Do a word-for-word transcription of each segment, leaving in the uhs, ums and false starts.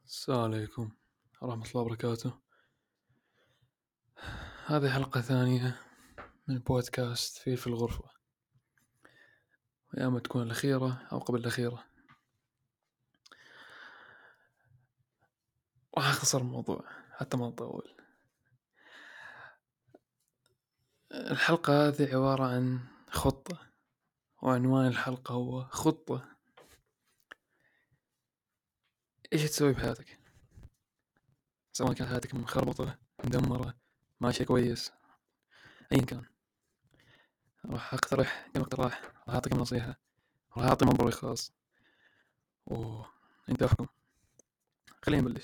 السلام عليكم ورحمة الله وبركاته. هذه حلقة ثانية من بودكاست في في الغرفة، ويا أما تكون الأخيرة أو قبل الأخيرة. راح أختصر الموضوع حتى ما نطول. الحلقة هذه عبارة عن خطة، وعنوان الحلقة هو خطة إيش تسوي بحياتك، سواء كانت حياتك مخربطة مدمرة ماشية كويس أيا كان. راح أقترح كم اقتراح، راح أعطيكم نصيحة، راح أعطي منظوري خاص وأنت أحكم. خلينا نبلش.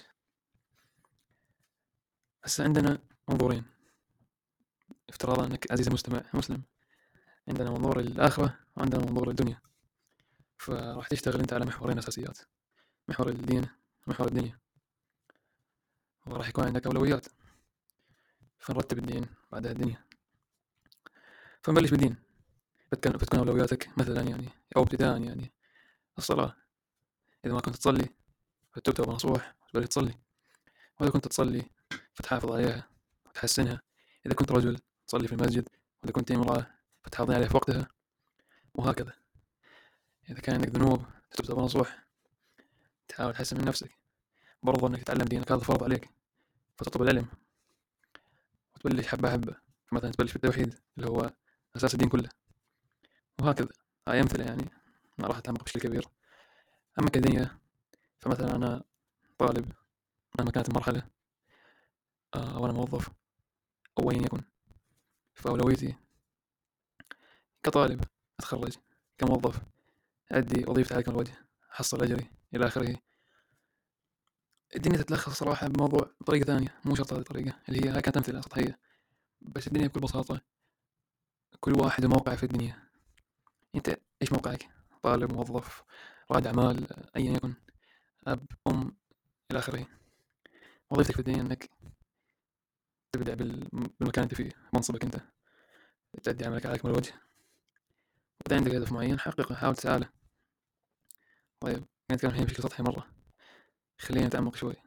هسه عندنا منظورين، افتراضا أنك عزيزي المستمع مسلم. عندنا منظور الآخرة وعندنا منظور الدنيا، فراح تشتغل أنت على محورين أساسيات: محور الدين ومحور الدنيا، وراح يكون عندك أولويات. فنرتب الدين بعدها الدنيا. فنبلش بالدين. فتكون, فتكون أولوياتك مثلا يعني أو ابتداء يعني الصلاة. إذا ما كنت تصلي فتتوب توبة نصوح وتبلش تصلي، وإذا كنت تصلي فتحافظ عليها وتحسنها. إذا كنت رجل تصلي في المسجد، وإذا كنت امرأة فتحافظين عليها في وقتها، وهكذا. إذا كان عندك ذنوب تتوب توبة نصوح، تحاول تحسن من نفسك. برضو أنك تتعلم دينك، هذا فرض عليك، فتطلب العلم وتبلش حبة حبة. فمثلا تبلش بالتوحيد اللي هو أساس الدين كله، وهكذا. هاي أمثلة يعني، ما راح أتعمق بشكل كبير. أما كدنيا فمثلا أنا طالب مهما كانت المرحلة، آه وأنا موظف أو أيا يكن. فأولويتي كطالب أتخرج، كموظف أدي وظيفتي على أكمل وجه، أحصل أجري إلى آخره. الدنيا تتلخص صراحة بموضوع بطريقة ثانية، مو شرط هذه الطريقة اللي هي هاي كانت أمثلة سطحية. بس الدنيا بكل بساطة كل واحد وموقعه في الدنيا. أنت إيش موقعك؟ طالب، موظف، رائد أعمال، أيا يكن، أب، أم، إلى آخره. وظيفتك في الدنيا أنك تبدع بالمكان أنت فيه، منصبك أنت، تأدي عملك على أكمل وجه. وإذا عندك هدف معين حققه، حاول تسعى له. طيب نتكلم الحين بشكل سطحي مرة، خلينا نتعمق شوي.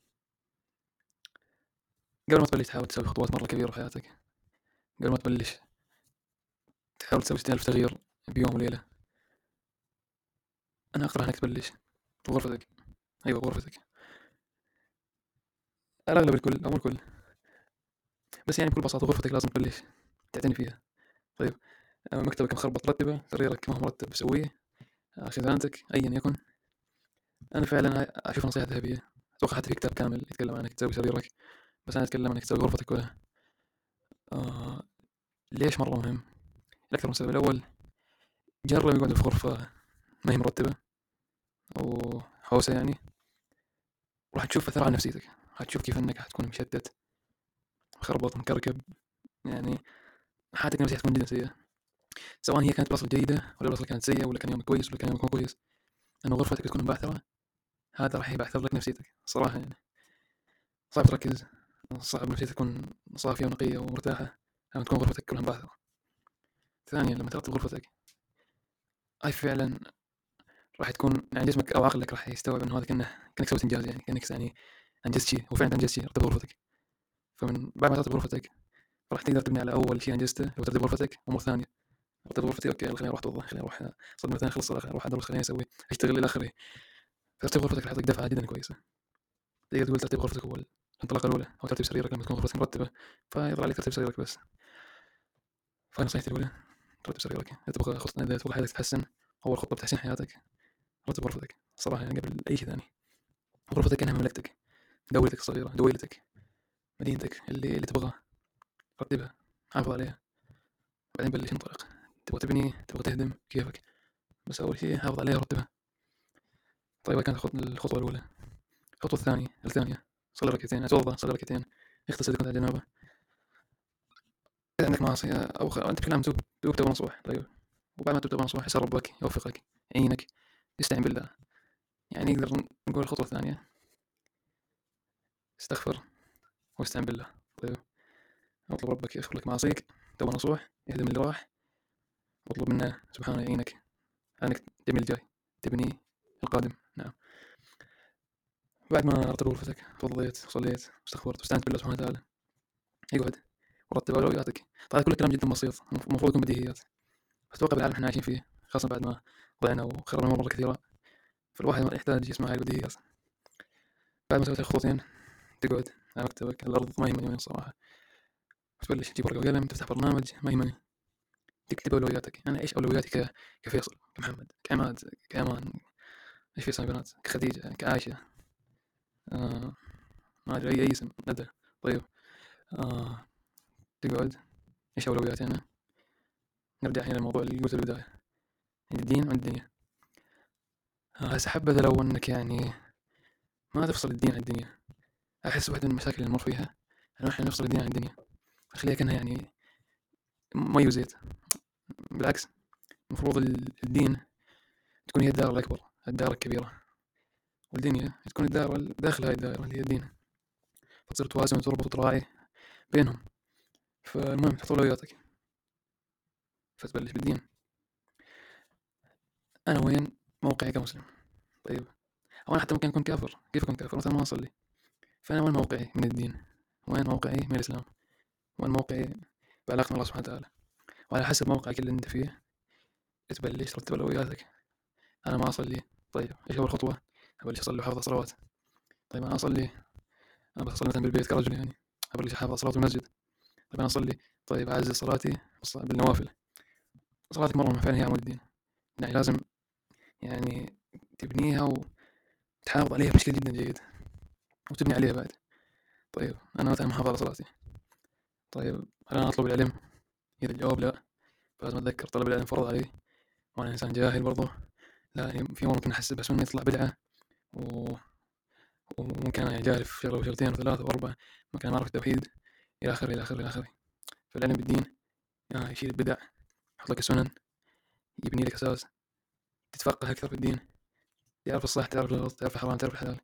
قبل ما تبلش تحاول تسوي خطوات مرة كبيرة في حياتك، قبل ما تبلش تحاول تسوي ستين ألف تغيير بيوم وليلة، أنا أقترح أنك تبلش بغرفتك. أيوة غرفتك، الأغلب الكل أو الكل، بس يعني بكل بساطة غرفتك لازم تبلش تعتني فيها. طيب مكتبك مخربط رتبه، سريرك ما هو مرتب سويه، خزانتك أيا يكن. أنا فعلا أشوف نصيحة ذهبية، أتوقع حتى في كتاب كامل يتكلم عن إنك تسوي سريرك، بس أنا أتكلم عن إنك تسوي غرفتك كلها. آه ليش مرة مهم؟ لأكثر من سبب. الأول، جرب يقعد في غرفة ما هي مرتبة أو حوسة يعني، وراح تشوف أثرها على نفسيتك. راح تشوف كيف أنك حتكون مشتت، مخربط، مكركب، يعني حالتك النفسية حتكون جدا سيئة، سواء هي كانت بلاصة جيدة ولا بلاصة كانت سيئة، ولا كان يومك كويس ولا كان يومك مو كويس. لأنه غرفتك تكون مبعثرة، هذا راح يبعثر لك نفسيتك صراحة. يعني صعب تركز، صعب نفسيتك تكون صافية ونقية ومرتاحة لما تكون غرفتك كلها مبعثرة. ثانيا، لما ترتب غرفتك هاي فعلا راح تكون يعني جسمك أو عقلك راح يستوعب إنه هذا كأنه كأنك سويت إنجاز، يعني كأنك يعني أنجزت شيء. وفعلا أنجزت شيء، رتب غرفتك. فمن بعد ما ترتب غرفتك راح تقدر تبني على أول شيء أنجزته لو ترتب غرفتك. أمور ثانية، رتب غرفتي، أوكي خليني أروح أتوضأ، خليني أروح صدمة ثانية، خلص خليني أروح أدرس، خليني أسوي أشتغل إلى آخره. ترتيب غرفتك راح يعطيك دفعة جدا كويسة. تقدر تقول ترتيب غرفتك هو الانطلاقة الأولى، أو ترتيب سريرك لما تكون غرفتك مرتبة فيظهر عليك ترتيب سريرك بس. فنصيحتي الأولى رتب سريرك. إذا تبغى خطة، إذا تبغى حياتك تتحسن، أول خطة بتحسين حياتك رتب غرفتك صراحة، يعني قبل أي شيء ثاني. غرفتك كأنها مملكتك، دولتك الصغيرة، دويلتك، مدينتك اللي اللي تبغاها. رتبها، حافظ عليها، بعدين بلش انطلق. تبغى تبني، تبغى تهدم، كيفك، بس أول شيء حافظ عليها ورتبها. طيب كانت الخطوة الأولى. الخطوة الثانية الثانية صلي ركعتين، أتوضأ، صلي ركعتين، اغتسل إذا كنت على جنابة. إذا عندك معصية أو خ... أنت بشكل عام توب توب توبة نصوح. طيب وبعد ما توب توبة نصوح، يسأل ربك يوفقك يعينك، استعن بالله. يعني نقدر نقول الخطوة الثانية استغفر واستعن بالله. طيب اطلب ربك يغفر لك معاصيك، توبة نصوح، يهدم اللي راح، واطلب منه سبحانه يعينك أنك تبني الجاي، تبني القادم. نعم. بعد ما رتب غرفتك توضيت وصليت واستغفرت واستعنت بالله سبحانه وتعالى، اقعد ورتب أولوياتك. طبعا كل كلام جدا بسيط المفروض يكون بديهيات، بس أتوقع بالعالم احنا عايشين فيه خاصة بعد ما ضيعنا وخربنا مرة كثيرة، فالواحد يحتاج يسمع هاي البديهيات. بعد ما سويت الخطوتين تقعد على مكتبك، الأرض ما يهمني الصراحة، تبلش تجيب ورقة وقلم تفتح برنامج ما يهمني، تكتب أولوياتك. أنا إيش أولوياتي ك... كفيصل، كمحمد، كعماد، كأمان، إيش في اسم بنات، كخديجة، كعائشة، آه... ما أدري أي أي اسم ندى. طيب آه... تقعد إيش أولوياتي أنا. نرجع الحين للموضوع اللي قلته في البداية، الدين عن الدنيا. آه، هسه حبذا لو أنك يعني ما تفصل الدين عن الدنيا. أحس واحدة من المشاكل اللي نمر فيها إنه إحنا نفصل الدين عن الدنيا، نخليها كأنها يعني مي وزيت. بالعكس، المفروض الدين تكون هي الدار الأكبر، الدار الكبيرة، والدنيا تكون الدار داخل هاي الدائرة اللي هي الدين، فتصير توازن وتربط وتراعي بينهم. فالمهم تحط أولوياتك، فتبلش بالدين. أنا وين موقعي كمسلم؟ طيب، أو أنا حتى ممكن أكون كافر. كيف أكون كافر مثلا ما أصلي؟ فأنا وين موقعي من الدين؟ وين موقعي من الإسلام؟ وين موقعي بعلاقة مع الله سبحانه وتعالى؟ وعلى حسب موقعك اللي أنت فيه تبلش ترتب أولوياتك. أنا ما أصلي، طيب إيش أول خطوة؟ أبلش أصلي وحافظ صلوات. طيب أنا أصلي، أنا بصلي مثلا بالبيت كرجل يعني، أبلش أحافظ صلاة المسجد. طيب أنا أصلي، طيب أعزز صلاتي بالنوافل. صلاتك مرة فعلا هي عمود الدين، يعني لازم يعني تبنيها وتحافظ عليها بشكل جدا جيد وتبني عليها بعد. طيب أنا مثلا محافظ على صلاتي، طيب هل أنا أطلب العلم؟ إذا الجواب لا، فلازم أتذكر طلب العلم فرض علي، وأنا إنسان جاهل برضه. لا يعني في مرة ممكن أحسبها سنة يطلع بدعة، و... وممكن أنا جاهل في شغلة وشغلتين وثلاثة وأربعة، ممكن ما أعرف التوحيد، إلى آخره إلى آخره إلى آخره. فالعلم بالدين يعني يشيل البدع، يحط لك السنن، يبني لك أساس، تتفقه أكثر في الدين، تعرف الصح تعرف الغلط، تعرف الحرام تعرف الحلال،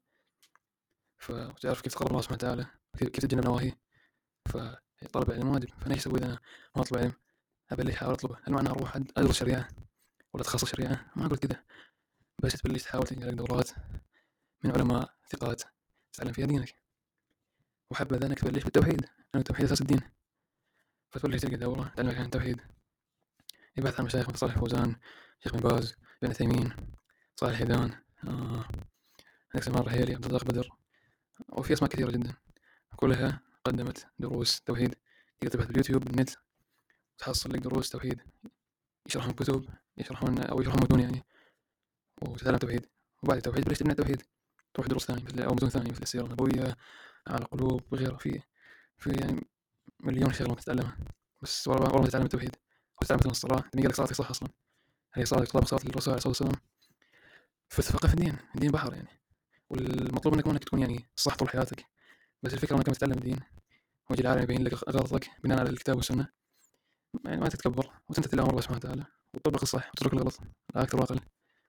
فتعرف كيف تقرب الله سبحانه وتعالى، كيف تتجنب نواهيه. فطلب العلم واجب. فأنا إيش أسوي إذا أنا ما أطلب علم؟ أبلش أحاول أطلبه. هل معنى أروح أدرس شريعة ولا أتخصص شريعة؟ ما أقول كذا، بس تبلش تحاول تلقى دورات من علماء ثقات تتعلم فيها دينك. وحبذا أنك تبلش بالتوحيد، لأن التوحيد أساس الدين. فتبلش تلقى دورة تعلمك عن التوحيد، يبحث عن مشايخ مثل صالح فوزان، شيخ بن باز، بن عثيمين، صالح حيدان، آه، عندك سلمان الرحيلي، عبد الرزاق بدر، وفي أسماء كثيرة جدا كلها قدمت دروس توحيد. تقدر تبحث باليوتيوب بالنت تحصل لك دروس توحيد، يشرحون كتب، يشرحون أو يشرحون متون يعني، وتتعلم توحيد. وبعد التوحيد بلش تبني التوحيد، تروح دروس ثانية مثل أو متون ثانية مثل السيرة النبوية، على قلوب وغيرها. في في يعني مليون شغلة ممكن تتعلمها، بس ورا ورا ما تتعلم التوحيد وتتعلم مثلا الصلاة، تبني لك صلاتك صح أصلا، هي صلاتك تطابق صلاة الرسول عليه الصلاة والسلام. فتفقه في الدين، الدين بحر يعني، والمطلوب منك انك تكون يعني صح طول حياتك. بس الفكرة انك لما تتعلم الدين ويجي العالم يبين لك غلطك بناء على الكتاب والسنة، يعني ما تتكبر وتمتثل لأمر الله سبحانه وتعالى وتطبق الصح وتترك الغلط، لا أكثر وأقل.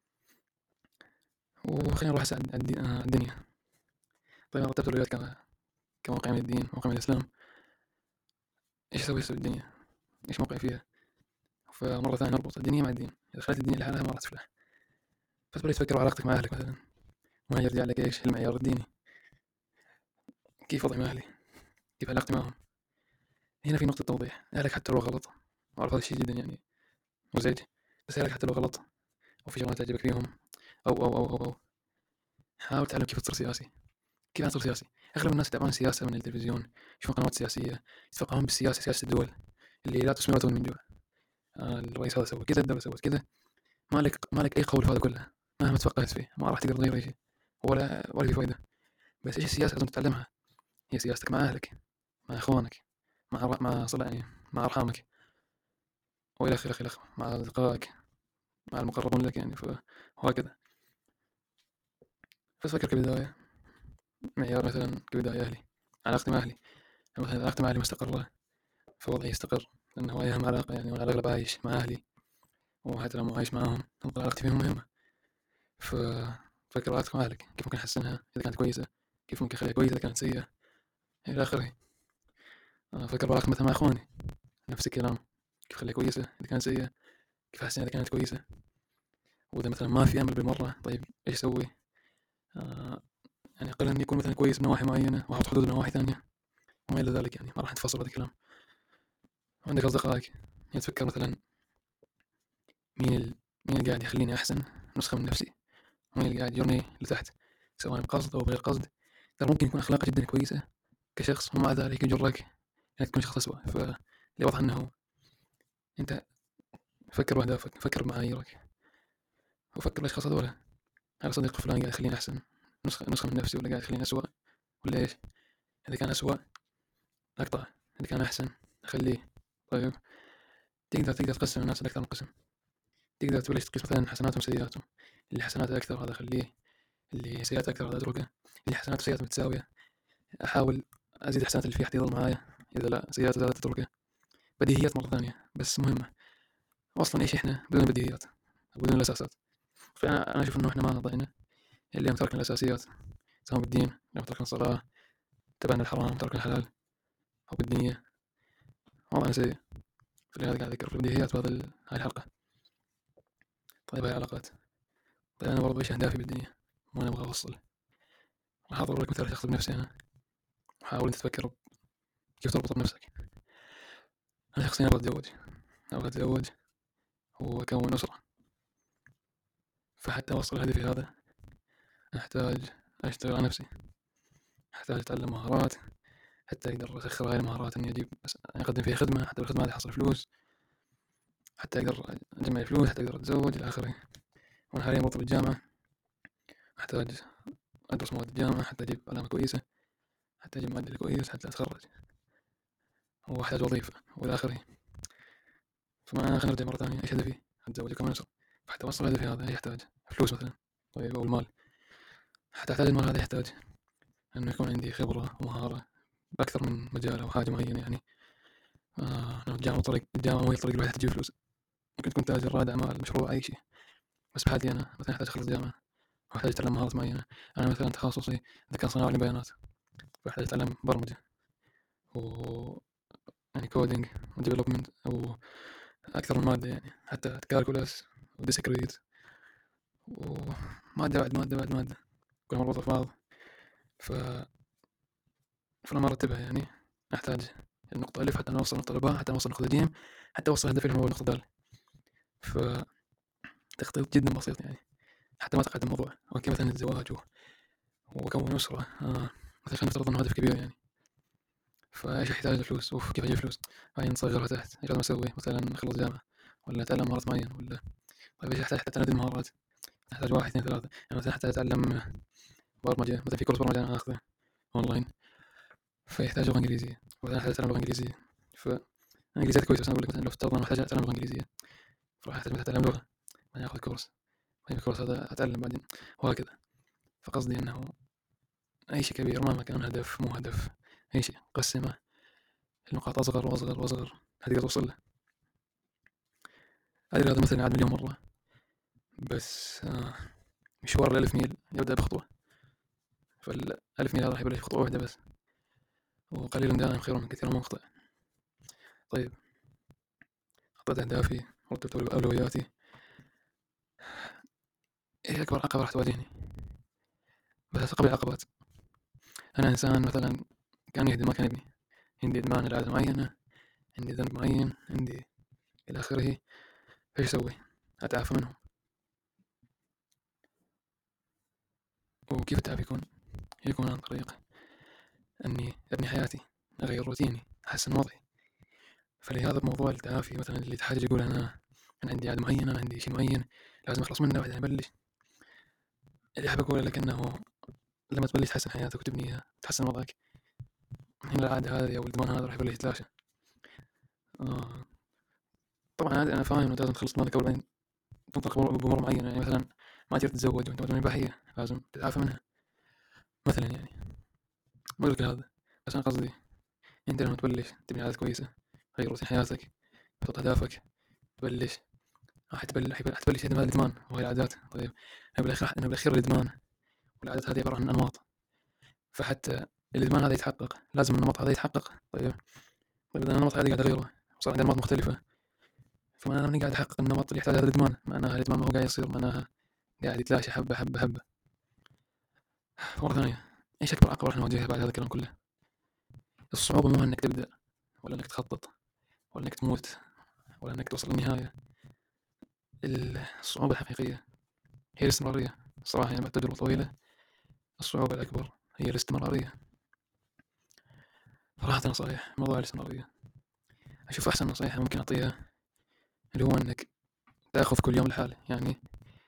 وخلينا نروح هسه على الدي- آه، الدنيا. طيب أنا رتبت الأولويات ك- كموقع من الدين، موقع من الإسلام. إيش أسوي هسه بالدنيا؟ إيش موقعي فيها؟ فمرة ثانية نربط الدنيا مع الدين. إذا خليت الدنيا لحالها ما راح تفلح. فتبدأ تفكر علاقتك مع أهلك مثلا، وهنا يرجع لك إيش المعيار الديني. كيف وضعي مع أهلي؟ كيف علاقتي معهم؟ هنا في نقطة توضيح. أهلك حتى لو غلط، وأعرف هذا الشيء جدا يعني مزعج، بس أهلك حتى لو غلط أو في شغلات تعجبك فيهم، أو أو أو أو, أو. حاول تعلم كيف تصير سياسي. كيف تصير سياسي؟ أغلب الناس يتابعون السياسة من التلفزيون، يشوفون قنوات سياسية، يتفقهون بالسياسة، سياسة الدول اللي لا تسمن ولا تغني من جوع. آه الرئيس هذا سوى كذا، الدولة سوت كذا، ما لك ما لك أي قول في هذا كله، مهما تفقهت فيه ما راح تقدر تغير أي شيء، ولا ولا في فايدة. بس إيش السياسة لازم تتعلمها؟ هي سياستك مع أهلك، مع إخوانك، مع مع صلة يعني مع أرحامك، وإلى آخره إلى آخره، مع أصدقائك، مع المقربون لك يعني، وهكذا. فأفكر كبداية معيار مثلا كبداية أهلي، علاقتي مع أهلي. مثلا علاقتي مع أهلي مستقرة، فوضعي يستقر، لأنه هي أهم علاقة يعني، وأنا الأغلب عايش مع أهلي، وحتى لو ما عايش معاهم تفضل علاقتي فيهم مهمة. ففكر علاقتك مع أهلك كيف ممكن أحسنها إذا كانت كويسة، كيف ممكن أخليها كويسة إذا كانت سيئة، إلى آخره. فكر علاقتي مثلا مع إخواني، نفس الكلام، كيف أخليها كويسة إذا كانت سيئة، كيف أحسنها إذا كانت كويسة. وإذا مثلا ما في أمل بالمرة، طيب إيش أسوي؟ آه يعني أقل أن يكون مثلا كويس بنواحي معينة وأحط حدود بنواحي ثانية وما إلى ذلك، يعني ما راح نتفصل هذا الكلام. وعندك أصدقائك يعني تفكر مثلا مين ال... مين اللي قاعد يخليني أحسن نسخة من نفسي، ومين اللي قاعد يجرني لتحت سواء بقصد أو بغير قصد. ترى ممكن يكون أخلاقه جدا كويسة كشخص ومع ذلك يجرك انك تكون شخص أسوأ. فاللي واضح انه انت فكر باهدافك، فكر بمعاييرك، وفكر الاشخاص هذولا. هل صديق فلان قاعد يخليني احسن نسخة نسخة من نفسي، ولا قاعد يخليني أسوأ، ولا ايش؟ اذا كان أسوأ اقطع، اذا كان احسن اخليه. طيب تقدر تقدر تقسم الناس لاكثر من قسم. تقدر تبلش تقيس مثلا حسناتهم وسيئاتهم. اللي حسناته اكثر هذا خليه، اللي سيئاته اكثر هذا اتركه. اللي حسناته وسيئاته متساوية احاول ازيد حسنات اللي فيه حتى يضل معايا، اذا لا سيئاته زادت اتركه. بديهيات مرة ثانية بس مهمة. اصلا ايش احنا بدون بديهيات، بدون الاساسات؟ فانا اشوف انه احنا ما ضعنا اللي يوم تركنا الاساسيات، سواء بالدين يوم تركنا الصلاه، تبعنا الحرام، تركنا الحلال، او بالدنيا، وضعنا سيء. فلهذا قاعد اذكر في البديهيات بهذا هاي الحلقه. طيب هاي العلاقات. طيب انا برضو ايش اهدافي بالدنيا وانا ابغى اوصل؟ راح اضرب لك مثال شخص بنفسي انا، وحاول انت تفكر كيف تربط بنفسك. انا شخصيا ابغى اتزوج، ابغى اتزوج واكون اسره. فحتى اوصل هدفي هذا احتاج اشتغل على نفسي، احتاج اتعلم مهارات حتى اقدر اسخر هاي المهارات اني اجيب اقدم فيها خدمه، حتى بالخدمه هذه احصل فلوس، حتى اقدر اجمع فلوس، حتى اقدر اتزوج الى اخره. وانا حاليا بطل الجامعه، احتاج ادرس مواد الجامعه حتى اجيب علامه كويسه، حتى اجيب معدل كويس حتى اتخرج، واحتاج وظيفه والى اخره. فما خلينا نرجع مره ثانيه، ايش هدفي؟ اتزوج كمان اسره. فحتى اوصل هدفي هذا يحتاج فلوس مثلا، طيب او المال. حتى احتاج المال هذا يحتاج انه يكون عندي خبره ومهاره باكثر من مجال او حاجه معينه. يعني آه الجامعه طريق الجامعه مو هي الطريق الوحيد تجيب فلوس. ممكن تكون تاجر، رائد اعمال، مشروع، اي شيء. بس بحالتي انا مثلا احتاج اخلص جامعه واحتاج اتعلم مهارات معينه. انا مثلا تخصصي ذكاء صناعي بيانات، فاحتاج اتعلم برمجه و يعني كودينج وديفلوبمنت او اكثر من ماده، يعني حتى كالكولاس وديسكريت وماده بعد ماده بعد ماده كلها مربوطه في بعض. ف فانا ما ارتبها، يعني احتاج النقطه الف حتى اوصل النقطه باء، حتى اوصل النقطه جيم، حتى اوصل هدفي اللي هو النقطه دال. فتخطيط جدا بسيط، يعني حتى ما تعقد الموضوع. اوكي مثلا الزواج وأكون أسرة، آه. مثلا خلينا نفترض إنه هدف كبير يعني، فإيش يحتاج فلوس؟ أوف كيف أجيب فلوس؟ هاي نصغرها تحت، إيش لازم أسوي؟ مثلا أخلص جامعة ولا أتعلم مهارات معينة، ولا طيب إيش أحتاج حتى أتعلم المهارات؟ أحتاج واحد اثنين ثلاثة. يعني مثلا حتى أتعلم برمجة، مثلا في كورس برمجة أنا آخذه أونلاين فيحتاج لغة إنجليزية، وأنا أحتاج أتعلم لغة إنجليزية. فإنجليزيتي كويسة، بس أنا أقول لك مثلا لو افترضنا أنا محتاج أتعلم لغة إنجليزية فراح أحتاج مثلا أتعلم لغة، بعدين آخذ كورس، بعدين الكورس هذا أتعلم بعدين، وهكذا. فقصدي إنه أي شيء كبير مهما كان هدف مو هدف، أي شيء قسمه النقاط أصغر وأصغر وأصغر هتقدر توصل له. أدري هذا مثلا ينعاد مليون مرة، بس آه مشوار الألف ميل يبدأ بخطوة. فالألف ميل هذا راح يبلش بخطوة واحدة بس، وقليل دائم خير من كثير مخطئ. طيب حطيت أهدافي، رتبت أولوياتي. إيه أكبر عقبة راح تواجهني؟ بس قبل العقبات أنا إنسان مثلا كان يهدم ما كان يبني، عندي إدمان لعادة معينة، عندي ذنب معين، عندي إلى آخره. إيش أسوي؟ أتعافى منهم. وكيف التعافي يكون؟ يكون عن طريق أني أبني حياتي، أغير روتيني، أحسن وضعي. فلهذا بموضوع التعافي مثلا اللي يتحجج يقول أنا أنا عندي عادة معينة، أنا عندي شيء معين لازم أخلص منه بعدين أبلش. اللي أحب أقوله لك أنه لما تبلش تحسن حياتك وتبنيها تحسن وضعك، هنا العادة هذه أو الإدمان هذا راح يبلش يتلاشى. آه. طبعا أنا فاهم إنه لازم تخلص إدمانك أول، بعدين تنطلق بأمور معينة. يعني مثلا ما تقدر تتزوج وأنت مدمن إباحية، لازم تتعافى منها مثلا. يعني ما أقول لك هذا، بس أنا قصدي أنت لما تبلش تبني عادات كويسة، تغير روتين حياتك، تحط أهدافك، تبلش راح تبلش حتبلش هذا الإدمان وهي العادات. طيب أنا بالأخير أنا بالأخير الإدمان والعادات هذه عبارة عن أنماط، فحتى الإدمان هذا يتحقق لازم النمط هذا يتحقق. طيب طيب إذا النمط هذا قاعد أغيره وصار عندي أنماط مختلفة، فمعناها أني قاعد أحقق النمط اللي يحتاج هذا الإدمان، معناها الإدمان ما هو قاعد يصير، معناها قاعد يتلاشى حبة حبة حبة. مرة ثانية إيش أكبر عقبة راح نواجهها بعد هذا الكلام كله؟ الصعوبة مو إنك تبدأ، ولا إنك تخطط، ولا إنك تموت، ولا إنك توصل للنهاية. الصعوبة الحقيقية هي الاستمرارية. صراحة يعني بعد تجربة طويلة، الصعوبة الأكبر هي الاستمرارية. صراحة نصائح موضوع الاستمرارية، أشوف أحسن نصيحة ممكن أعطيها اللي هو إنك تأخذ كل يوم لحاله. يعني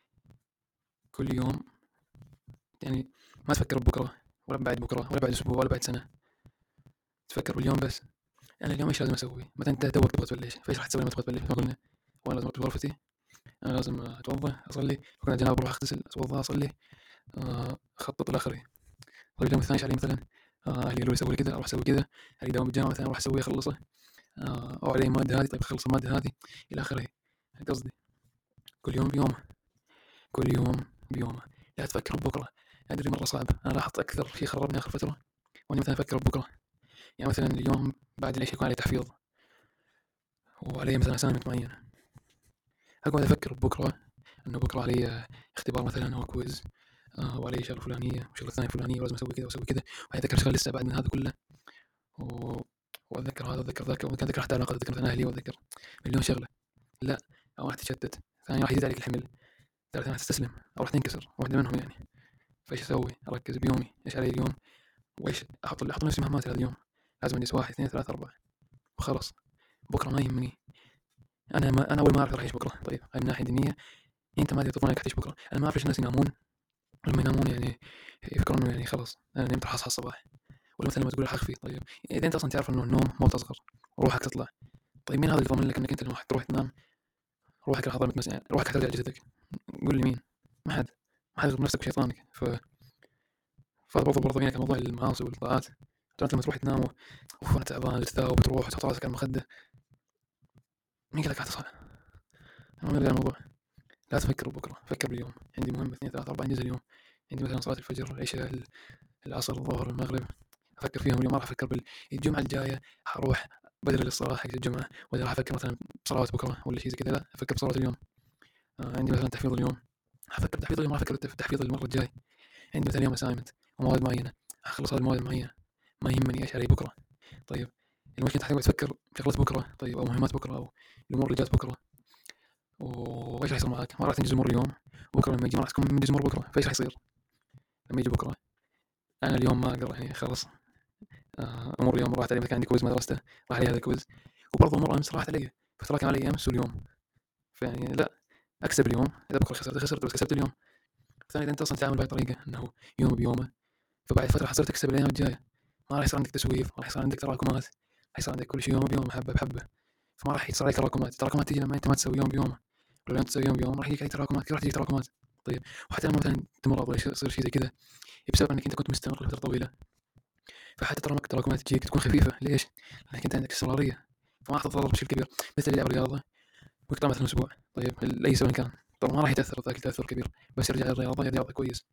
كل يوم، يعني ما تفكر ببكرة ولا بعد بكرة ولا بعد أسبوع ولا بعد سنة، تفكر باليوم بس. أنا اليوم إيش لازم أسوي؟ مثلا أنت توك تبغى تبلش، فإيش راح تسوي لما تبغى تبلش؟ ما قلنا وأنا لازم أروح غرفتي، أنا لازم أتوضأ أصلي، لو كان جنابة بروح أغتسل أتوضأ أصلي، آه، أخطط إلى آخره. طيب اليوم الثاني إيش علي؟ مثلا آه، أهلي قالوا لي سوي كذا، أروح أسوي كذا. علي دوام بالجامعة مثلا، أروح أسويه أخلصه. آه، أو علي المادة هذه، طيب أخلص المادة هذه إلى آخره. قصدي كل يوم بيومه، كل يوم بيومه. لا تفكر ببكرة. أدري مرة صعب، أنا لاحظت أكثر شيء خربني آخر فترة وأني مثلا أفكر ببكرة. يعني مثلا اليوم بعد العشاء يكون علي تحفيظ وعلي مثلا أسايمنت معينة، أقعد أفكر ببكرة، إنه بكرة علي اختبار مثلا أو كويز، آه، وعلي شغلة فلانية وشغلة ثانية فلانية، ولازم أسوي كذا وأسوي كذا، وأتذكر شغل لسه بعد من هذا كله، و... وأتذكر هذا وأتذكر ذاك، وكان أتذكر حتى علاقة، أتذكر مثلا أهلي، وأتذكر مليون شغلة. لا، أو راح تتشتت، ثاني راح يزيد عليك الحمل، ثالثا راح تستسلم أو راح تنكسر، واحدة منهم يعني. فإيش أسوي؟ أركز بيومي، إيش علي اليوم، وإيش أحط أحط لنفسي مهمات هذا اليوم. لازم أنجز واحد اثنين ثلاثة أربعة وخلاص. بكرة ما يهمني. أنا ما أنا أول ما أعرف راح أعيش بكرة. طيب هاي من ناحية دينية، أنت ما تدري تظن إنك حتعيش بكرة. أنا ما أعرف ليش الناس ينامون، لما ينامون يعني يفكرون إنه يعني خلاص أنا نمت راح أصحى الصباح. ولا مثلا لما تقول حخفي، طيب إذا أنت أصلا تعرف إنه النوم موت أصغر وروحك تطلع، طيب مين هذا اللي يضمن لك إنك أنت لما تروح تنام روحك راح تضل مثلا، روحك حترجع لجسدك؟ قول لي مين؟ ما حد. ما حد غير نفسك وشيطانك. ف فبرضه برضه يعني موضوع المعاصي والطاعات، أنت لما تروح تنام و- اوف انا تعبان تتثاوب وتروح وتحط راسك على المخده، مين قال لك هتصحى؟ المهم نرجع الموضوع. لا تفكر بكره، فكر باليوم. عندي مهمه اثنين ثلاثة أربعة أنجز اليوم. عندي مثلا صلاة الفجر، العشاء، العصر، الظهر، المغرب، أفكر فيهم اليوم. ما راح أفكر بالجمعة الجاية حروح بدري للصلاة حق الجمعة، ولا راح أفكر مثلا بصلاة بكرة ولا شيء زي كذا. لا، أفكر بصلاة اليوم. آه، عندي مثلا تحفيظ اليوم، أفكر بتحفيظ اليوم، ما أفكر بتحفيظ المرة الجاي. عندي مثلا يوم أسايمنت ومواد معينة، أخلص هذه المواد المعينة، ما يهمني إيش علي بكرة. طيب المشكلة تقعد تفكر في شغلة بكرة، طيب أو مهمات بكرة أو الأمور اللي جات بكرة، وإيش راح يصير معك؟ ما راح تنجز أمور اليوم، وبكرة لما يجي ما راح تكون منجز أمور بكرة. فإيش راح يصير لما يجي بكرة؟ أنا اليوم ما أقدر يعني خلاص، آه، أمور اليوم راحت علي. مثلا عندي كويز مدرسته، راح علي هذا الكويز، وبرضه أمور أمس راحت علي، فتراكم علي أمس واليوم. فيعني لا، أكسب اليوم. إذا بكرة خسرت خسرت، بس كسبت اليوم. ثانيا إذا أنت أصلا تتعامل بهذه الطريقة إنه يوم بيومه، فبعد فترة حتصير تكسب الأيام الجاية. ما راح يصير عندك تسويف، ما راح يصير عندك تراكمات، راح يصير عندك كل شيء يوم بيوم، حبة بحبة. فما راح يصير عليك تراكمات. التراكمات تيجي لما أنت ما تسوي يوم بيوم، ولو أنت تسوي يوم بيوم راح يجيك عليك تراكمات، راح تجيك تراكمات. طيب وحتى لما مثلا تمرض ولا يصير شيء زي كذا، بسبب انك انت كنت مستمر لفتره طويله، فحتى ترى التراكمات تجيك تكون خفيفه. ليش؟ لانك انت عندك استمراريه، فما راح تتضرر بشكل كبير. مثل اللي يلعب رياضه ويقطع مثلا اسبوع، طيب اي سبب كان، طبعا ما راح يتاثر ذاك التاثر الكبير، بس يرجع للرياضه يرجع كويس.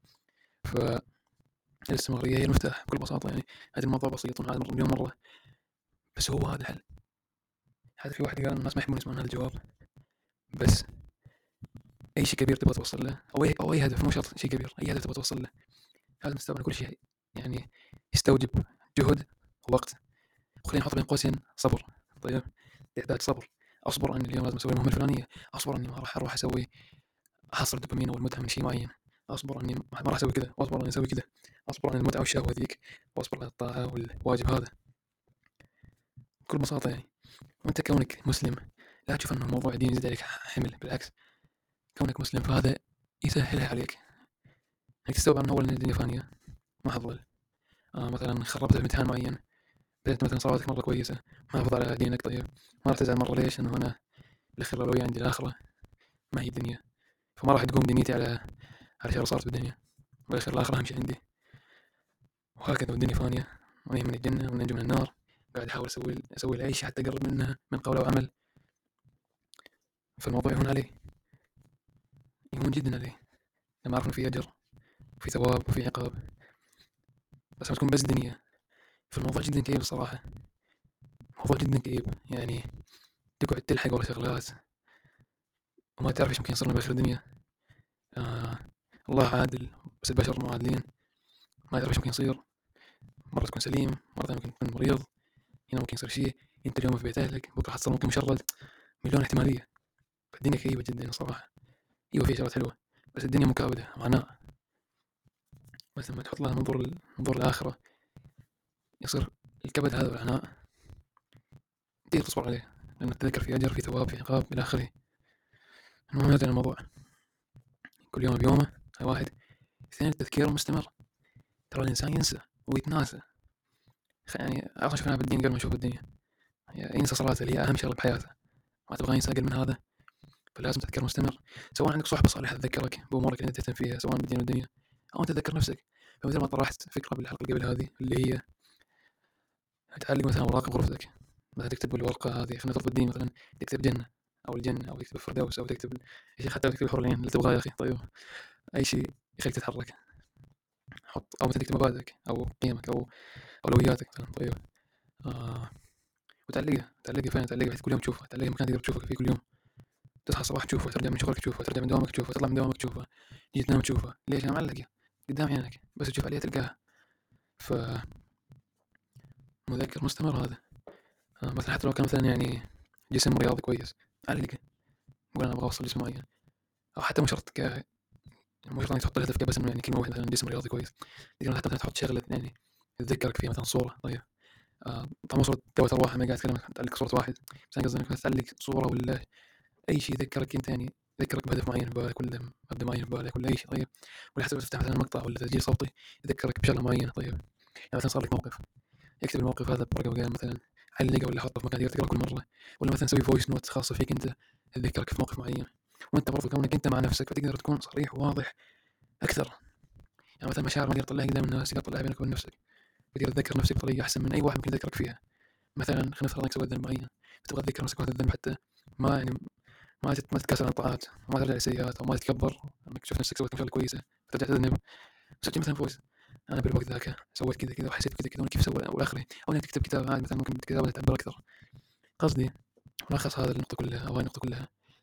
فالاستمراريه هي المفتاح بكل بساطه. يعني هذا الموضوع بسيط وهذا مليون مره، بس هو هذا الحل. هذا في واحد قال الناس ما يحبون يسمعون هذا الجواب، بس اي شيء كبير تبغى توصل له، او اي او اي هدف، مو شرط شيء كبير، اي هدف تبغى توصل له لازم تستوعب كل شيء يعني يستوجب جهد ووقت. خلينا نحط بين قوسين صبر. طيب يحتاج صبر. اصبر اني اليوم لازم اسوي المهمه الفلانيه، اصبر اني ما راح اروح اسوي احصل الدوبامين او المتعه من شيء معين، اصبر اني ما راح اسوي كذا، واصبر اني اسوي كذا، اصبر عن المتعه والشهوه ذيك، واصبر على الطاعه والواجب هذا. بكل بساطه يعني. وانت كونك مسلم لا تشوف انه موضوع دين يزيد عليك حمل، بالعكس، كونك مسلم فهذا يسهلها عليك انك تستوعب انه اولا الدنيا فانيه ما حتظل. آه مثلا خربت امتحان معين، بدأت مثلا صلاتك مرة كويسة، محافظ على دينك، طيب ما راح تزعل مرة. ليش؟ إنه أنا بالأخير الأولوية عندي الآخرة ما هي الدنيا، فما راح تقوم دنيتي على على شغلة صارت بالدنيا، بالأخير الآخرة أهم شيء عندي. وهكذا والدنيا فانية، وأنا من الجنة وننجو من النار، قاعد أحاول أسوي أسوي الأي شيء حتى أقرب منها من قول أو عمل. فالموضوع يهون علي، يهون جدا علي لما أعرف إنه في أجر وفي ثواب وفي عقاب، بس لما تكون بس دنيا فالموضوع جدا كئيب الصراحة. موضوع جدا كئيب يعني، تقعد تلحق ورا شغلات وما تعرف إيش ممكن يصير لنا بآخر الدنيا. آه الله عادل بس البشر مو عادلين، ما تعرف إيش ممكن يصير. مرة تكون سليم، مرة ثانية ممكن تكون مريض، هنا ممكن يصير شيء، أنت اليوم في بيت أهلك بكرة حتصير ممكن مشرد، مليون احتمالية. فالدنيا كئيبة جدا صراحة. أيوة في شغلات حلوة بس الدنيا مكابدة معاناة. بس لما تحط لها منظور منظور الآخرة يصير الكبد هذا والعناء كثير تصبر عليه، لأنه تذكر في أجر في ثواب في عقاب إلى آخره. المهم هذا الموضوع كل يوم بيومه. واحد. اثنين التذكير مستمر. ترى الإنسان ينسى ويتناسى، يعني أصلا شفناها بالدين قبل ما نشوف الدنيا، يعني ينسى صلاته اللي هي أهم شغلة بحياته، ما تبغى ينسى أقل من هذا. فلازم تذكر مستمر، سواء عندك صحبة صالحة تذكرك بأمورك اللي أنت تهتم فيها سواء بالدين والدنيا، أو أنت تذكر نفسك. فمثل ما طرحت فكرة بالحلقة اللي قبل هذه اللي هي تعلق مثلا أوراق غرفتك، مثلا تكتب بالورقة هذه خلينا نفرض بالدين مثلا تكتب جنة أو الجنة أو تكتب الفردوس أو تكتب شيء، حتى تكتب الحور العين اللي تبغاه يا أخي. طيب أي شيء يخليك تتحرك حط، أو مثلا تكتب مبادئك أو قيمك أو أولوياتك مثلا. طيب آه. وتعلقها تعلقها فين؟ تعلقها كل يوم تشوفها، تعلقها مكان تقدر تشوفها فيه كل يوم. تصحى الصباح تشوفها، ترجع من شغلك تشوفها، ترجع من دوامك تشوفها، تطلع من دوامك تشوفها، تيجي تنام تشوفها. ليش؟ أنا معلقة قدام عينك بس تشوف عليها تلقاها. ف مذكر مستمر هذا. آه مثلا حتى لو كان مثلا يعني جسم رياضي كويس علقه، قول أنا أبغى أوصل جسم معين، أو حتى مو شرط ك مو شرط إنك تحط الهدف بس إنه يعني كلمة واحدة مثلا جسم رياضي كويس، تقدر حتى تحط شغلة يعني تذكرك فيها مثلا صورة. طيب آه طبعا صورة ذوات أرواح ما قاعد أتكلم تعلق صورة واحد، بس أنا قصدي إنك تعلق صورة ولا أي شيء يذكرك أنت، يعني يذكرك بهدف معين في بالك ولا مبدأ معين في بالك ولا أي شيء. طيب ولا حسب تفتح مثلا مقطع ولا تسجيل صوتي يذكرك بشغلة معينة. طيب يعني مثلا صار لك موقف، يكتب الموقف هذا بورقة وقلم مثلا، علقه ولا حطه في مكان تقدر تقرأ كل مرة، ولا مثلا سوي فويس نوت خاصة فيك أنت تذكرك في موقف معين. وأنت برضو كونك أنت مع نفسك فتقدر تكون صريح وواضح أكثر. يعني مثلا مشاعر ما تقدر تطلعها قدام الناس تقدر تطلعها بينك وبين نفسك، فتقدر تذكر نفسك بطريقة أحسن من أي واحد ممكن يذكرك فيها. مثلا خلينا نفترض إنك سويت ذنب معين فتبغى تذكر نفسك بهذا الذنب، حتى ما يعني ما ما تتكاسل عن الطاعات وما ترجع للسيئات أو ما تتكبر انك تشوف نفسك سويت شغله كويسه فترجع تذنب. سجل مثلا فويس، انا بالوقت ذاك سويت كذا كذا وحسيت كذا كذا وانا كيف سوى والاخره. او انك تكتب كتاب عادي مثلا ممكن بالكتابه تعبر اكثر. قصدي ملخص هذا النقطه كلها او هاي النقطه كلها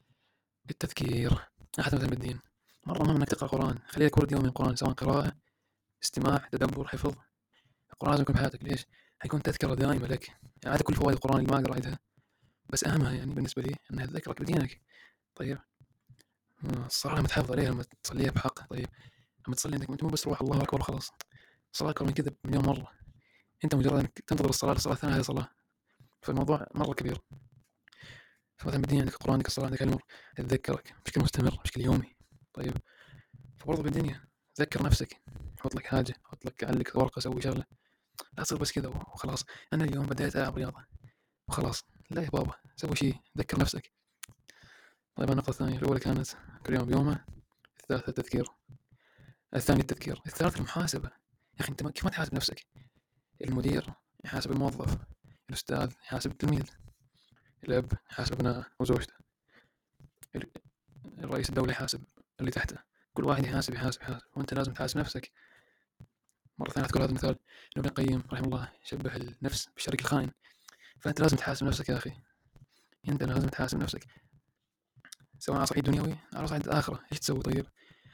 التذكير. حتى مثلا بالدين مره مهم انك تقرا قران، خلي لك ورد يومي من القران سواء قراءه استماع تدبر حفظ. القران لازم يكون بحياتك. ليش؟ حيكون تذكره دائمه لك. يعني هذا كل فوائد القران اللي ما اقدر اعيدها، بس اهمها يعني بالنسبه لي انها تذكرك بدينك. طيب الصلاة لما تحافظ عليها لما تصليها بحق. طيب لما تصلي انك مو بس تروح الله اكبر وخلاص، الصلاة اكبر من كذا مليون مرة. انت مجرد انك تنتظر الصلاة للصلاة الثانية هذه صلاة، فالموضوع مرة كبير. فمثلا بالدين عندك القرآن عندك الصلاة عندك النور تتذكرك بشكل مستمر بشكل يومي. طيب فبرضه بالدنيا ذكر نفسك، حط لك حاجة، حط لك علق ورقة، سوي شغلة. لا تصير بس كذا وخلاص أنا اليوم بديت ألعب رياضة وخلاص. لا يا بابا سوي شيء ذكر نفسك. طيب النقطة الثانية الأولى كانت كل يوم بيومه، الثالثة التذكير، الثاني التذكير، الثالث المحاسبة. يا أخي أنت كيف ما تحاسب نفسك؟ المدير يحاسب الموظف، الأستاذ يحاسب التلميذ، الأب يحاسب أبنائه وزوجته، الرئيس الدولة يحاسب اللي تحته. كل واحد يحاسب يحاسب يحاسب وأنت لازم تحاسب نفسك. مرة ثانية أذكر هذا المثال، ابن القيم رحمه الله شبه النفس بالشريك الخائن. فأنت لازم تحاسب نفسك يا أخي، أنت لازم تحاسب نفسك سواء على صعيد دنيوي على صعيد الآخرة. إيش تسوي؟ طيب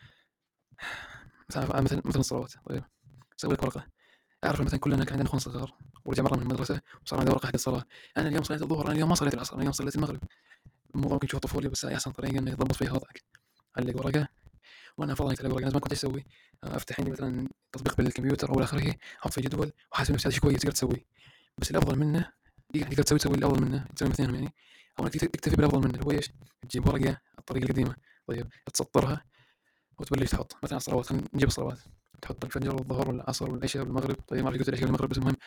مثلا مثل مثل الصلوات. طيب سوي لك ورقة. أعرف مثلا كلنا كان عندنا أخوان صغار ورجع مرة من المدرسة وصار عنده ورقة حق الصلاة، أنا اليوم صليت الظهر، أنا اليوم ما صليت العصر، أنا اليوم صليت المغرب. الموضوع ممكن تشوف طفولي بس هاي أحسن طريقة إنك تضبط فيها وضعك. علق ورقة، وأنا أفضل إنك تعلق ورقة. أنا ما كنت أسوي أفتح عندي مثلا تطبيق بالكمبيوتر أو آخره أحط في جدول وأحاسب نفسي هذا شيء كويس تقدر تسويه، بس الأفضل منه تقدر تسوي تسوي الأفضل منه تسوي اثنينهم يعني، أو إنك تكتفي بالأفضل منه اللي هو إيش؟ تجيب ورقة الطريقة القديمة. طيب تسطرها وتبلش تحط مثلا الصلوات، خلينا نجيب الصلوات، تحط الفجر والظهر والعصر والعشاء والمغرب. طيب ما أعرف قلت العشاء والمغرب بس المهم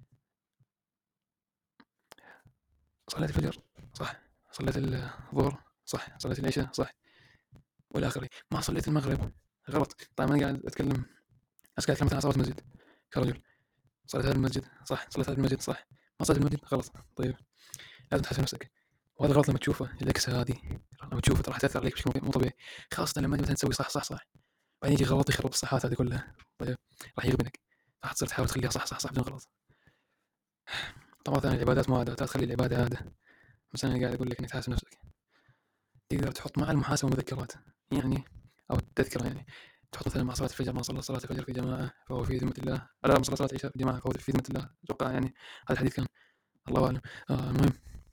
صليت الفجر صح، صليت الظهر صح، صليت العشاء صح، والى اخره. ما صليت المغرب غلط. طيب انا قاعد اتكلم بس قاعد اتكلم مثلا عن صلاه المسجد كرجل، صليت هذا المسجد صح، صليت هذا المسجد صح، ما صليت المسجد غلط. طيب لازم تحاسب نفسك. وهذا غلط لما تشوفه العكسه هذه، لما تشوفه راح تاثر عليك بشكل مو طبيعي، خاصه لما انت مثلا تسوي صح صح صح بعدين يجي غلط يخرب الصحات هذه كلها. طيب راح يغبنك، راح تصير تحاول تخليها صح صح صح بدون غلط. طبعا ثاني العبادات مو عاده، تخلي العباده عاده. بس انا قاعد اقول لك انك تحاسب نفسك. تقدر تحط مع المحاسبة مذكرات يعني أو تذكرة يعني تحط مثلا مع صلاة الفجر، ما صلى صلاة الفجر في جماعة فهو في ذمة الله، لا، صلى صلاة العشاء في جماعة فهو في ذمة الله، أتوقع يعني هذا الحديث كان، الله أعلم. آه المهم،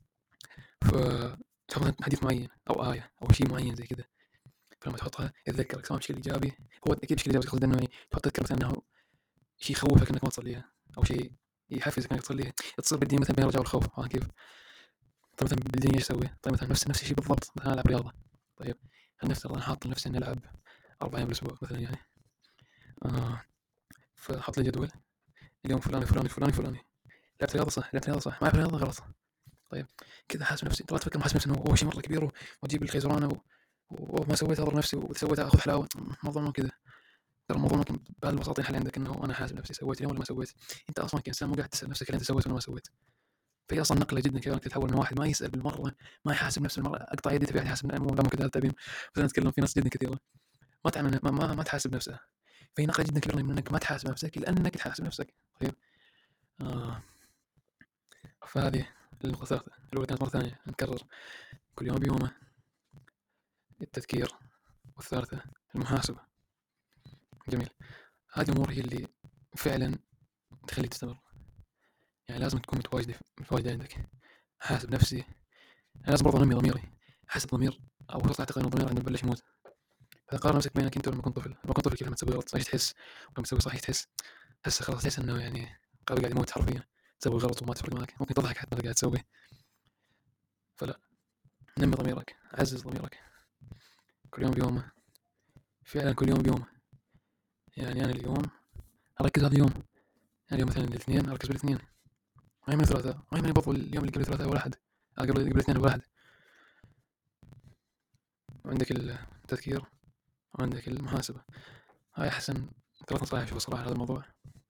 فتحط مثلا حديث معين أو آية أو شيء معين زي كذا، فلما تحطها يتذكرك سواء بشكل إيجابي، هو أكيد بشكل إيجابي، قصدي إنه يعني تحط تذكر مثلا إنه شيء يخوفك إنك ما تصليها، أو شيء يحفزك إنك تصليها، تصير بالدين مثلا بين الرجاء والخوف. ها كيف؟ طيب مثلا بالدين ايش اسوي؟ طيب مثلا نفس نفس الشيء بالضبط، مثلا العب رياضه. طيب خلينا نفترض انا حاط لنفسي اني العب اربع ايام بالاسبوع مثلا يعني، آه فحط لي جدول اليوم فلاني فلاني فلاني فلاني، لعبت رياضه صح، لعبت رياضه صح، ما لعبت رياضه غلط. طيب كذا حاسب نفسي، طلعت افكر حاسب نفسي انه هو شيء مره كبير واجيب الخيزرانه و... وما سويت اضر نفسي وسويت اخذ حلاوه، الموضوع مو كذا. ترى الموضوع ممكن بهالبساطه الحل عندك انه انا حاسب نفسي سويت اليوم ولا ما سويت. انت اصلا كانسان مو قاعد تسال نفسك هل انت سويت ولا ما سويت. فهي اصلا نقله جدا كبيره انك تتحول من واحد ما يسال بالمره، ما يحاسب نفسه بالمره، اقطع يدي تبي يحاسب، لا مو كذا التعبير. مثلا نتكلم في ناس جدا كثيره ما تعمل ما, ما, ما تحاسب نفسها، فهي نقله جدا كبيره من انك ما تحاسب نفسك لانك تحاسب نفسك. طيب آه فهذه النقطه الثالثه، الاولى كانت مره ثانيه نكرر كل يوم بيومه التذكير، والثالثه المحاسبه. جميل. هذه الامور هي اللي فعلا تخليك تستمر، يعني لازم تكون متواجده متواجده عندك. حاسب نفسي، لازم برضه انمي ضميري، حاسب ضمير او وصلت اعتقد ان الضمير عندما بلش يموت. فتقارن نفسك بينك انت ولما كنت طفل، لما كنت طفل كيف لما تسوي غلط ايش تحس، ولما تسوي صح ايش تحس. هسه خلاص تحس انه يعني قاعد قاعد يموت حرفيا، تسوي غلط وما تفرق معك، ممكن تضحك حتى قاعد تسوي. فلا، نمي ضميرك، عزز ضميرك كل يوم بيومه، فعلا كل يوم بيومه. يعني انا اليوم اركز هذا اليوم، يعني اليوم مثلا الاثنين اركز بالاثنين، ما يهمني الثلاثاء، ما يهمني برضو اليوم اللي قبل الثلاثاء ولا احد، قبل قبل الاثنين ولا احد. وعندك التذكير وعندك المحاسبه، هاي احسن ثلاث نصائح اشوفها صراحه هذا الموضوع،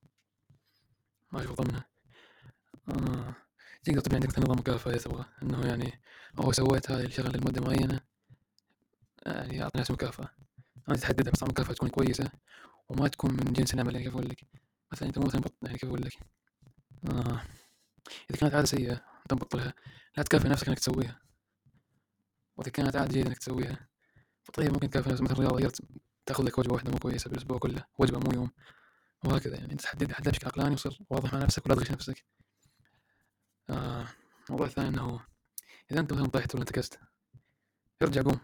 ما اشوف افضل منها. آه. تقدر تبني عندك مثلا نظام مكافأة إذا تبغى، إنه يعني أو سويت هذه الشغلة لمدة معينة، يعني أعطي نفسي مكافأة، أنت تحددها بس مكافأة تكون كويسة وما تكون من جنس العمل. يعني كيف أقول لك، مثلا أنت مو مثلا بط... يعني كيف أقول لك، آه. إذا كانت عادة سيئة أنت مبطلها، لا تكافئ نفسك إنك تسويها، وإذا كانت عادة جيدة إنك تسويها فطيب ممكن تكافئ نفسك، مثلا رياضة تاخذ لك وجبة واحدة مو كويسة بالأسبوع كله، وجبة مو يوم، وهكذا. يعني أنت تحددها حددها بشكل عقلاني وصير واضح مع نفسك ولا تغش نفسك. آه. الموضوع الثاني إنه إذا أنت مثلا طحت ولا انتكست، ارجع قوم.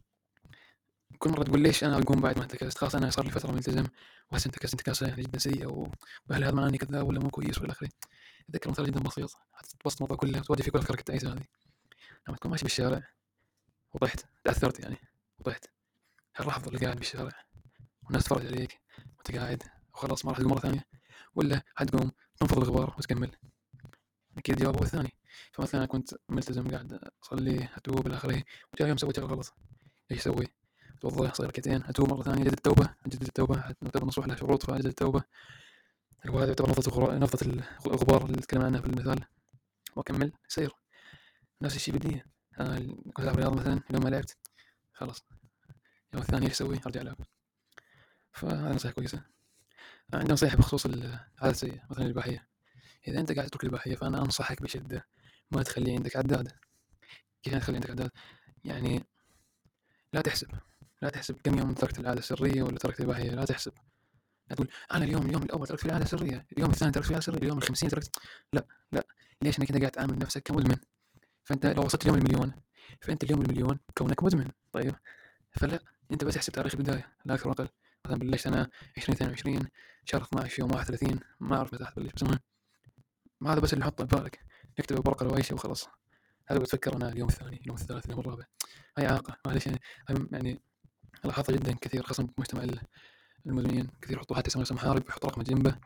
كل مرة تقول ليش أنا أقوم بعد ما انتكست، خلاص أنا صار لي فترة ملتزم وهسه انتكست انتكاسة يعني جدا سيئة، وهل هذا معناه إني كذاب ولا مو كويس ولا آخره. تذكر مثال جدا بسيط حتتبسط الموضوع كله وتواجه فيه كل أفكارك التعيسة هذه. لما تكون ماشي بالشارع وطحت، تأثرت يعني وطحت، هل راح تظل قاعد بالشارع والناس تتفرج عليك وأنت قاعد وخلاص ما راح تقوم مرة ثانية، ولا حتقوم تنفض الغبار وتكمل؟ أكيد الجواب هو الثاني. فمثلا أنا كنت ملتزم قاعد أصلي أتوب إلى آخره، وجاء يوم سويت شغلة غلط، إيش أسوي؟ أتوضأ أصلي ركعتين أتوب مرة ثانية أجدد التوبة، أجدد التوبة التوبة نصوح لها شروط فأجدد التوبة، وهذا يعتبر نفضة الغبار، نفضة الغبار اللي تكلمنا عنها في المثال، وأكمل سير. نفس الشيء بالدين، أنا كنت ألعب رياضة مثلا، اليوم ما لعبت خلاص، اليوم الثاني إيش أسوي؟ أرجع ألعب. فهذه نصيحة كويسة. عندي نصيحة بخصوص العادة السيئة مثلا الإباحية. إذا أنت قاعد تترك الإباحية فأنا أنصحك بشدة ما تخلي عندك عداد. كيف يعني تخلي عندك عداد؟ يعني لا تحسب، لا تحسب كم يوم تركت العادة السرية ولا تركت الإباحية، لا تحسب، لا تقول أنا اليوم اليوم الأول تركت في العادة السرية، اليوم الثاني تركت في العادة السرية، اليوم الخمسين تركت. لا لا، ليش؟ أنك أنت قاعد تعامل نفسك كمدمن. فأنت لو وصلت اليوم المليون فأنت اليوم المليون كونك مدمن. طيب فلا، أنت بس احسب تاريخ البداية لا أكثر ولا أقل. مثلا بلشت أنا عشرين اثنين وعشرين شهر اثناشر يوم واحد وثلاثين، ما أعرف متى حتبلش، بس المهم ما هذا بس اللي حطه ببالك، اكتبه بورقة أو أي شيء وخلاص. هذا بتفكر أنا اليوم الثاني اليوم الثالث اليوم الرابع، هاي إعاقة معلش يعني. يعني لاحظت جدا كثير خاصة بمجتمع المدمنين، كثير يحطوا حتى يسمونه اسم محارب يحط رقم جنبه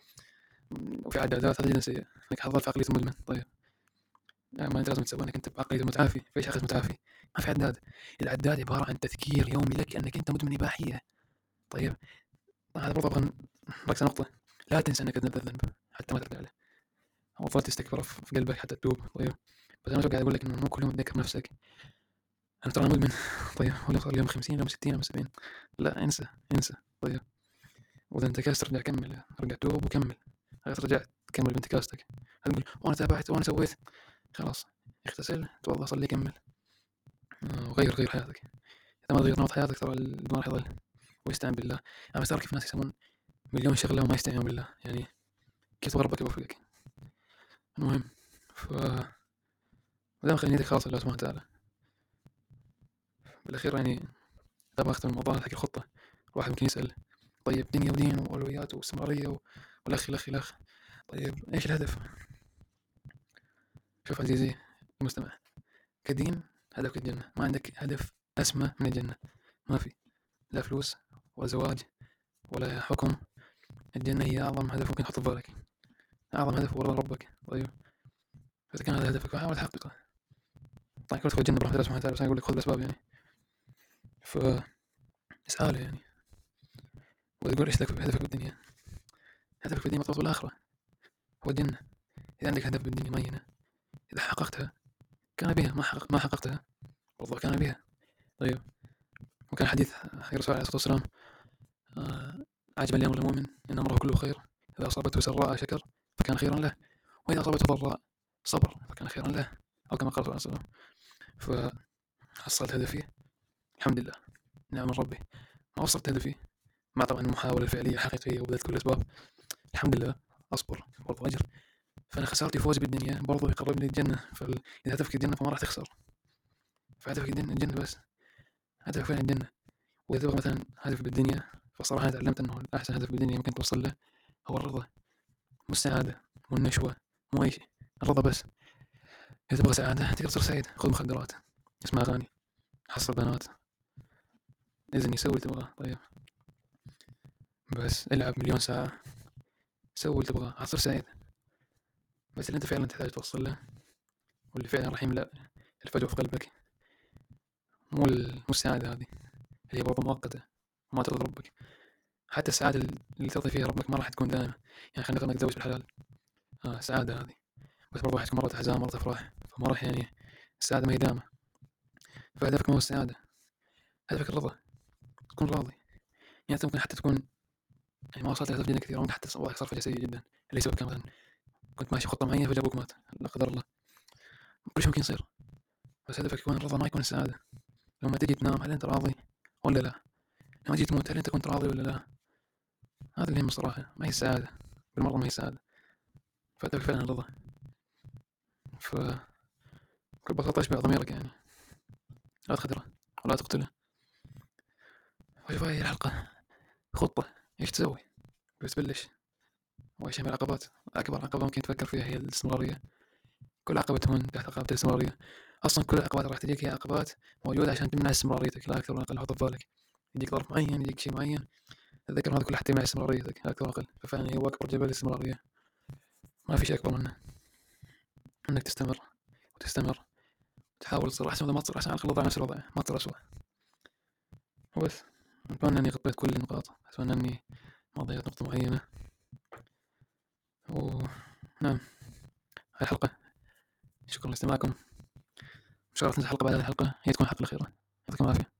وفي عدادات، هذا جدا سيء انك حتظل في عقلية المدمن. طيب يعني ما انت لازم تسوي انك انت بعقلية المتعافي، فايش شخص متعافي؟ ما في عداد، العداد عبارة عن تذكير يومي لك انك انت مدمن إباحية. طيب هذا برضه ابغى نركز نقطة، لا تنسى انك اذنبت الذنب حتى ما ترجع له، او ظل تستكبر في قلبك حتى تتوب. طيب بس انا قاعد اقول لك انه مو كل يوم تذكر نفسك انا ترى مدمن. طيب ولا صار اليوم خمسين اليوم ستين اليوم سبعين، لا انسى انسى. طيب واذا انتكست ترجع كمل، رجع توب وكمل، خلاص رجعت تكمل بانتكاستك. هتقول وانا تابعت وانا سويت، خلاص اغتسل توضى صلي كمل. آه، وغير غير حياتك، اذا ما تغير نمط حياتك ترى الدمار حيضل. ويستعين بالله. أنا بستغرب كيف الناس يسوون مليون شغلة وما يستعينون بالله، يعني كيف تبغى ربك يوفقك؟ المهم، ف دام خلي نيتك خالصة لله سبحانه وتعالى. بالأخير يعني قبل ما أختم الموضوع حق الخطة، الواحد ممكن يسأل طيب دنيا ودين وأولويات واستمرارية و... والأخ الأخ الأخ طيب إيش الهدف؟ شوف عزيزي المستمع، كدين هدفك الجنة، ما عندك هدف أسمى من الجنة، ما في، لا فلوس ولا زواج ولا حكم. الجنة هي أعظم هدف ممكن تحطه في بالك، أعظم هدف هو رضا ربك. طيب فإذا كان هذا هدفك فحاول تحققه. طبعا كل تدخل الجنة برحمة الله سبحانه وتعالى، بس أنا أقول لك خذ الأسباب يعني، فاسعى له يعني. وتقول إيش لك هدفك بالدنيا؟ هدفك بالدنيا مرتبط بالآخرة، هو الجنة. إذا عندك هدف بالدنيا معينة، إذا حققتها كان بها، ما حقق ما حققتها برضو كان بها. طيب وكان حديث حق الرسول عليه الصلاة والسلام آه، عجبا لأمر المؤمن إن أمره كله خير، إذا أصابته سراء شكر فكان خيرا له، وإذا أصابته ضراء صبر فكان خيرا له، أو كما قال صلى الله عليه وسلم. فحصلت هدفي الحمد لله، نعم من ربي. ما وصلت هدفي مع طبعا المحاولة الفعلية الحقيقية وبذلت كل الأسباب، الحمد لله أصبر برضو أجر. فأنا خسارتي فوزي بالدنيا برضو يقربني للجنة. فإذا هدفك الجنة فما راح تخسر، فهدفك الجنة الجنة بس، هدفك فعلا الجنة. وإذا تبغى مثلا هدف بالدنيا، فصراحة أنا تعلمت أنه أحسن هدف بالدنيا ممكن توصل له هو الرضا، مو السعادة مو النشوة مو أي شيء، الرضا بس. إذا تبغى سعادة تقدر تصير سعيد، خذ مخدرات، اسمع أغاني، حصل بنات، إذن يسوي اللي تبغاه. طيب بس العب مليون ساعة، سوي اللي تبغاه، حتصير سعيد. بس اللي أنت فعلا تحتاج توصل له، واللي فعلا راح يملأ الفجوة في قلبك، مو مو السعادة هذه اللي هي برضه مؤقتة وما ترضى ربك. حتى السعادة اللي ترضي فيها ربك ما راح تكون دائمة. يعني خلينا نقول تتزوج بالحلال، آه سعادة هذه، بس برضه راح تكون مرة أحزان مرة أفراح، فما راح يعني السعادة ما هي دائمة. فهدفك ما هو السعادة، هدفك الرضا، تكون راضي. يعني أنت ممكن حتى تكون يعني ما وصلت لأهداف جدا كثيرة، ممكن حتى وضعك صار فجأة سيء جدا، اللي يسوي كان مثلا كنت ماشي خطة معينة فجأة أبوك مات لا قدر الله، كل شيء ممكن يصير. بس هدفك يكون الرضا ما يكون السعادة. لما تجي تنام هل أنت راضي ولا لا؟ لما تجي تموت هل أنت كنت راضي ولا لا؟ هذا اللي هم الصراحة، ما هي السعادة بالمرة، ما هي السعادة. فهدفك فعلا الرضا. فبكل بساطة اشبع ضميرك يعني، لا تخدره ولا تقتله. وشوف هاي الحلقة خطة ايش تسوي بس تبلش. وايش من العقبات، أكبر عقبة ممكن تفكر فيها هي الاستمرارية. كل عقبة تهون تحت عقبة الاستمرارية. أصلا كل العقبات راح تجيك هي عقبات موجودة عشان تمنع استمراريتك، لا أكثر ولا أقل. حط في بالك يجيك ظرف معين، يجيك شيء معين، تذكر هذا كله حتى يمنع استمراريتك لا أكثر ولا أقل. ففعلا هو أكبر جبل الاستمرارية، ما في شيء أكبر منه، إنك تستمر وتستمر وتحاول تصير أحسن. وإذا ما تصير أحسن على الأقل ضع نفس الوضع، ما تصير أسوأ. وبس أتمنى إني غطيت كل النقاط، أتمنى إني ما ضيعت نقطة معينة. ونعم هاي الحلقة، شكرا لاستماعكم. إن شاء الله تنزل حلقة بعد هذه الحلقة هي تكون الحلقة الأخيرة. يعطيكم العافية.